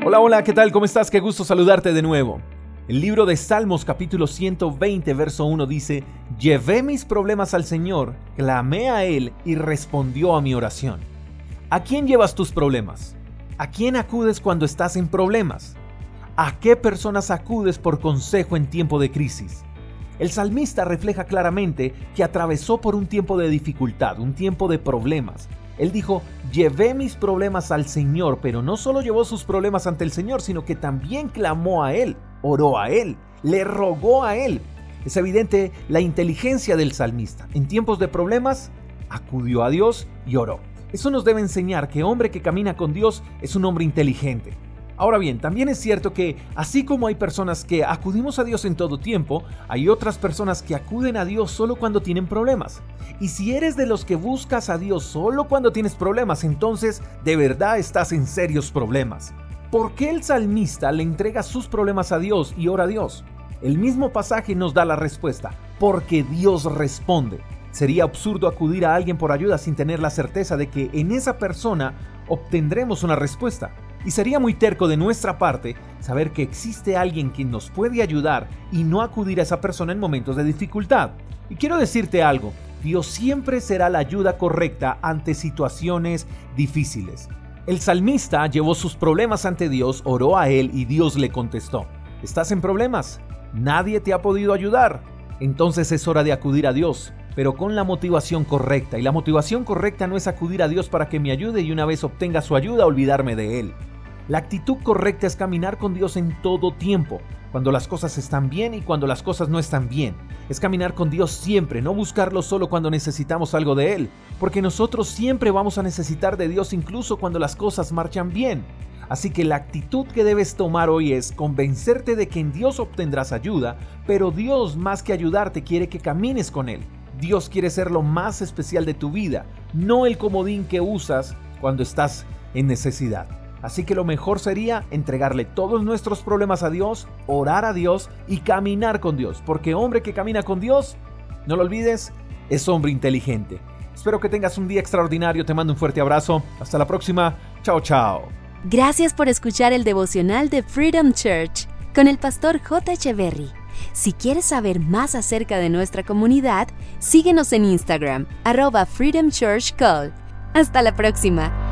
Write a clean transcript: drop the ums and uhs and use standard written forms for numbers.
Hola, hola, ¿qué tal? ¿Cómo estás? Qué gusto saludarte de nuevo. El libro de Salmos capítulo 120, verso 1 dice: Llevé mis problemas al Señor, clamé a Él y respondió a mi oración. ¿A quién llevas tus problemas? ¿A quién acudes cuando estás en problemas? ¿A qué personas acudes por consejo en tiempo de crisis? El salmista refleja claramente que atravesó por un tiempo de dificultad, un tiempo de problemas. Él dijo: llevé mis problemas al Señor, pero no solo llevó sus problemas ante el Señor, sino que también clamó a Él, oró a Él, le rogó a Él. Es evidente la inteligencia del salmista. En tiempos de problemas, acudió a Dios y oró. Eso nos debe enseñar que hombre que camina con Dios es un hombre inteligente. Ahora bien, también es cierto que así como hay personas que acudimos a Dios en todo tiempo, hay otras personas que acuden a Dios solo cuando tienen problemas. Y si eres de los que buscas a Dios solo cuando tienes problemas, entonces de verdad estás en serios problemas. ¿Por qué el salmista le entrega sus problemas a Dios y ora a Dios? El mismo pasaje nos da la respuesta: porque Dios responde. Sería absurdo acudir a alguien por ayuda sin tener la certeza de que en esa persona obtendremos una respuesta. Y sería muy terco de nuestra parte saber que existe alguien quien nos puede ayudar y no acudir a esa persona en momentos de dificultad. Y quiero decirte algo: Dios siempre será la ayuda correcta ante situaciones difíciles. El salmista llevó sus problemas ante Dios, oró a Él y Dios le contestó. ¿Estás en problemas? ¿Nadie te ha podido ayudar? Entonces es hora de acudir a Dios, pero con la motivación correcta. Y la motivación correcta no es acudir a Dios para que me ayude y una vez obtenga su ayuda olvidarme de Él. La actitud correcta es caminar con Dios en todo tiempo, cuando las cosas están bien y cuando las cosas no están bien. Es caminar con Dios siempre, no buscarlo solo cuando necesitamos algo de Él, porque nosotros siempre vamos a necesitar de Dios incluso cuando las cosas marchan bien. Así que la actitud que debes tomar hoy es convencerte de que en Dios obtendrás ayuda, pero Dios, más que ayudarte, quiere que camines con Él. Dios quiere ser lo más especial de tu vida, no el comodín que usas cuando estás en necesidad. Así que lo mejor sería entregarle todos nuestros problemas a Dios, orar a Dios y caminar con Dios, porque hombre que camina con Dios, no lo olvides, es hombre inteligente. Espero que tengas un día extraordinario, te mando un fuerte abrazo, hasta la próxima, chao chao. Gracias por escuchar el devocional de Freedom Church con el pastor J. Berry. Si quieres saber más acerca de nuestra comunidad, síguenos en Instagram, @Freedom Church Call. Hasta la próxima.